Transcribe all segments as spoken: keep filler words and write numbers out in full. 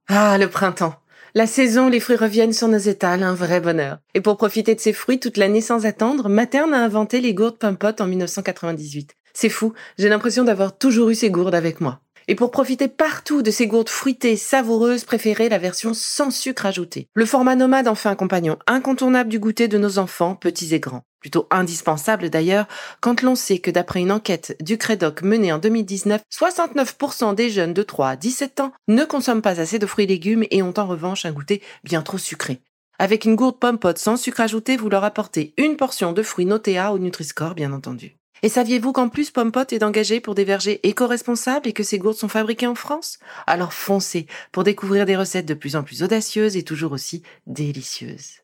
Ah, le printemps. La saison, les fruits reviennent sur nos étals, un vrai bonheur. Et pour profiter de ces fruits toute l'année sans attendre, Materne a inventé les gourdes Pump-Pot en dix-neuf cent quatre-vingt-dix-huit. C'est fou, j'ai l'impression d'avoir toujours eu ces gourdes avec moi. Et pour profiter partout de ces gourdes fruitées, savoureuses, préférez la version sans sucre ajouté. Le format nomade en fait un compagnon incontournable du goûter de nos enfants, petits et grands. Plutôt indispensable d'ailleurs, quand l'on sait que d'après une enquête du Crédoc menée en deux mille dix-neuf, soixante-neuf pour cent des jeunes de trois à dix-sept ans ne consomment pas assez de fruits et légumes et ont en revanche un goûter bien trop sucré. Avec une gourde Pump-Pot sans sucre ajouté, vous leur apportez une portion de fruits notés A au Nutri-Score, bien entendu. Et saviez-vous qu'en plus Pump-Pot est engagé pour des vergers éco-responsables et que ces gourdes sont fabriquées en France ? Alors foncez pour découvrir des recettes de plus en plus audacieuses et toujours aussi délicieuses.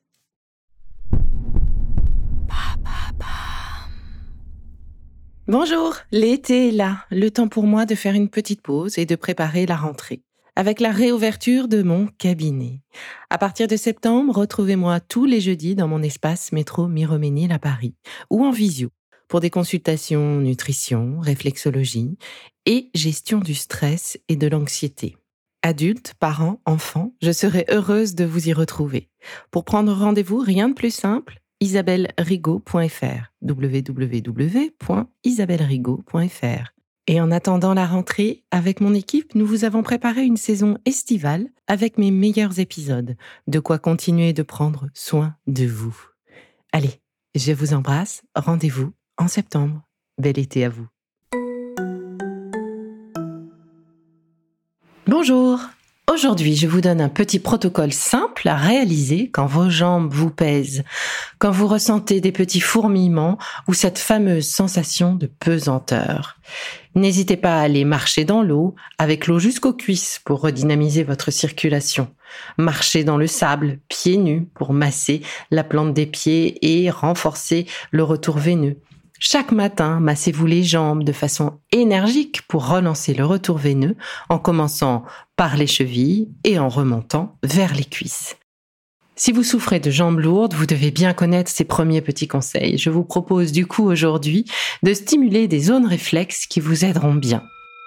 Bonjour, l'été est là, le temps pour moi de faire une petite pause et de préparer la rentrée. Avec la réouverture de mon cabinet. À partir de septembre, retrouvez-moi tous les jeudis dans mon espace métro Miromesnil à Paris ou en visio pour des consultations nutrition, réflexologie et gestion du stress et de l'anxiété. Adultes, parents, enfants, je serai heureuse de vous y retrouver. Pour prendre rendez-vous, rien de plus simple, isabelle rigaud point f r, w w w point isabelle rigaud point f r. Et en attendant la rentrée, avec mon équipe, nous vous avons préparé une saison estivale avec mes meilleurs épisodes. De quoi continuer de prendre soin de vous. Allez, je vous embrasse. Rendez-vous en septembre. Bel été à vous. Bonjour. Aujourd'hui, je vous donne un petit protocole simple à réaliser quand vos jambes vous pèsent, quand vous ressentez des petits fourmillements ou cette fameuse sensation de pesanteur. N'hésitez pas à aller marcher dans l'eau, avec l'eau jusqu'aux cuisses pour redynamiser votre circulation. Marchez dans le sable, pieds nus, pour masser la plante des pieds et renforcer le retour veineux. Chaque matin, massez-vous les jambes de façon énergique pour relancer le retour veineux en commençant par les chevilles et en remontant vers les cuisses. Si vous souffrez de jambes lourdes, vous devez bien connaître ces premiers petits conseils. Je vous propose du coup aujourd'hui de stimuler des zones réflexes qui vous aideront bien.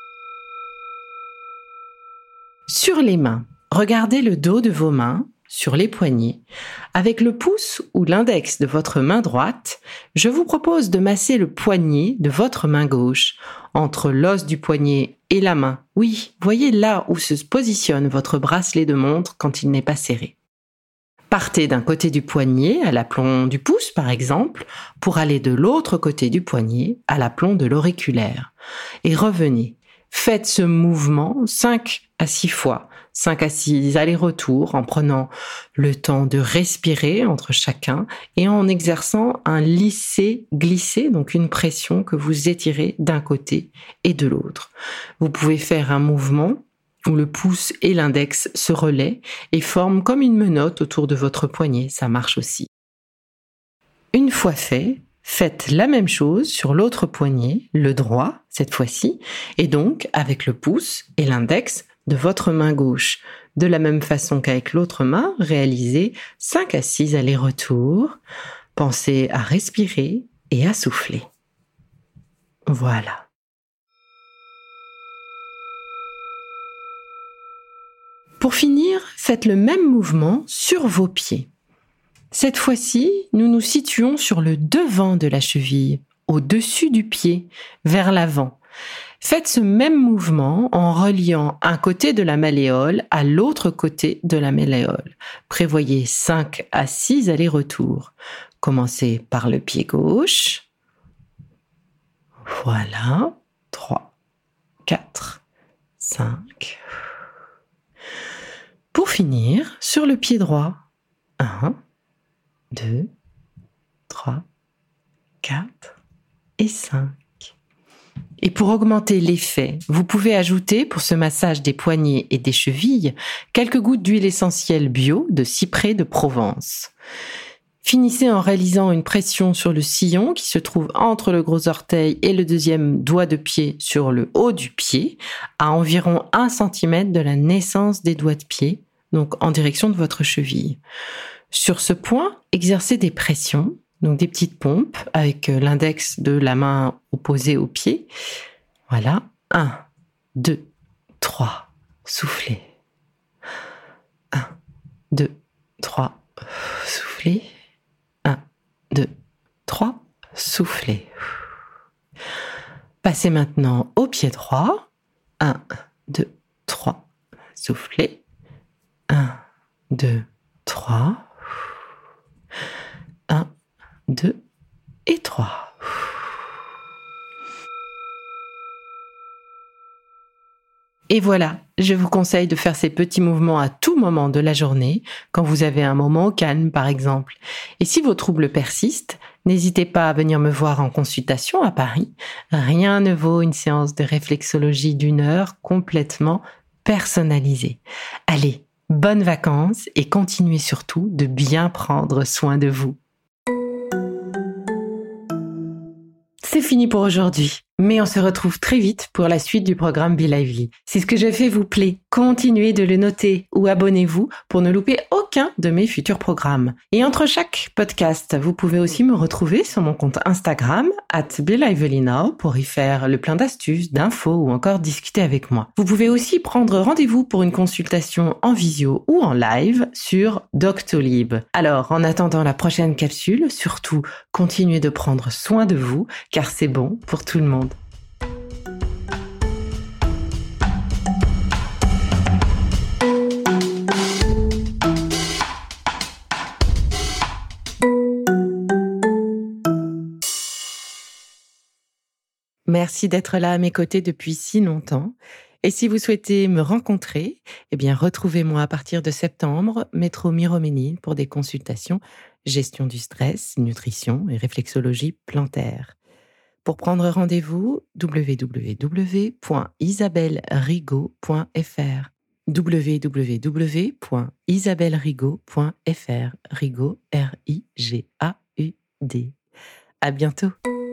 Sur les mains, regardez le dos de vos mains, sur les poignets. Avec le pouce ou l'index de votre main droite, je vous propose de masser le poignet de votre main gauche, entre l'os du poignet et la main. Oui, voyez là où se positionne votre bracelet de montre quand il n'est pas serré. Partez d'un côté du poignet à l'aplomb du pouce, par exemple, pour aller de l'autre côté du poignet à l'aplomb de l'auriculaire. Et revenez. Faites ce mouvement cinq à six fois, cinq à six allers-retours en prenant le temps de respirer entre chacun et en exerçant un lisser-glisser, donc une pression que vous étirez d'un côté et de l'autre. Vous pouvez faire un mouvement où le pouce et l'index se relaient et forment comme une menotte autour de votre poignet, ça marche aussi. Une fois fait, faites la même chose sur l'autre poignet, le droit cette fois-ci, et donc avec le pouce et l'index de votre main gauche. De la même façon qu'avec l'autre main, réalisez cinq à six allers-retours. Pensez à respirer et à souffler. Voilà. Pour finir, faites le même mouvement sur vos pieds. Cette fois-ci, nous nous situons sur le devant de la cheville, au-dessus du pied, vers l'avant. Faites ce même mouvement en reliant un côté de la malléole à l'autre côté de la malléole. Prévoyez cinq à six allers-retours. Commencez par le pied gauche. Voilà. trois, quatre, cinq. Pour finir, sur le pied droit. un, deux, trois, quatre et cinq. Et pour augmenter l'effet, vous pouvez ajouter, pour ce massage des poignets et des chevilles, quelques gouttes d'huile essentielle bio de cyprès de Provence. Finissez en réalisant une pression sur le sillon qui se trouve entre le gros orteil et le deuxième doigt de pied sur le haut du pied, à environ un centimètre de la naissance des doigts de pied, donc en direction de votre cheville. Sur ce point, exercez des pressions, donc des petites pompes avec l'index de la main opposée au pied. Voilà, un, deux, trois, soufflez. deux, trois. Soufflez. un, deux, trois. Soufflez. Passez maintenant au pied droit. un, deux, trois. Soufflez. un, deux, trois. un, deux et trois. Et voilà, je vous conseille de faire ces petits mouvements à tout moment de la journée, quand vous avez un moment au calme par exemple. Et si vos troubles persistent, n'hésitez pas à venir me voir en consultation à Paris. Rien ne vaut une séance de réflexologie d'une heure complètement personnalisée. Allez, bonnes vacances et continuez surtout de bien prendre soin de vous. C'est fini pour aujourd'hui, mais on se retrouve très vite pour la suite du programme Be Lively. Si ce que je fais vous plaît, continuez de le noter ou abonnez-vous pour ne louper aucun de mes futurs programmes. Et entre chaque podcast, vous pouvez aussi me retrouver sur mon compte Instagram arobase be lively now pour y faire le plein d'astuces, d'infos ou encore discuter avec moi. Vous pouvez aussi prendre rendez-vous pour une consultation en visio ou en live sur Doctolib. Alors, en attendant la prochaine capsule, surtout, continuez de prendre soin de vous car c'est bon pour tout le monde. Merci d'être là à mes côtés depuis si longtemps. Et si vous souhaitez me rencontrer, eh bien, retrouvez-moi à partir de septembre, métro Miroménil, pour des consultations gestion du stress, nutrition et réflexologie plantaire. Pour prendre rendez-vous, w w w point isabelle rigaud point f r w w w point isabelle rigaud point f r Rigaud, R I G A U D. À bientôt.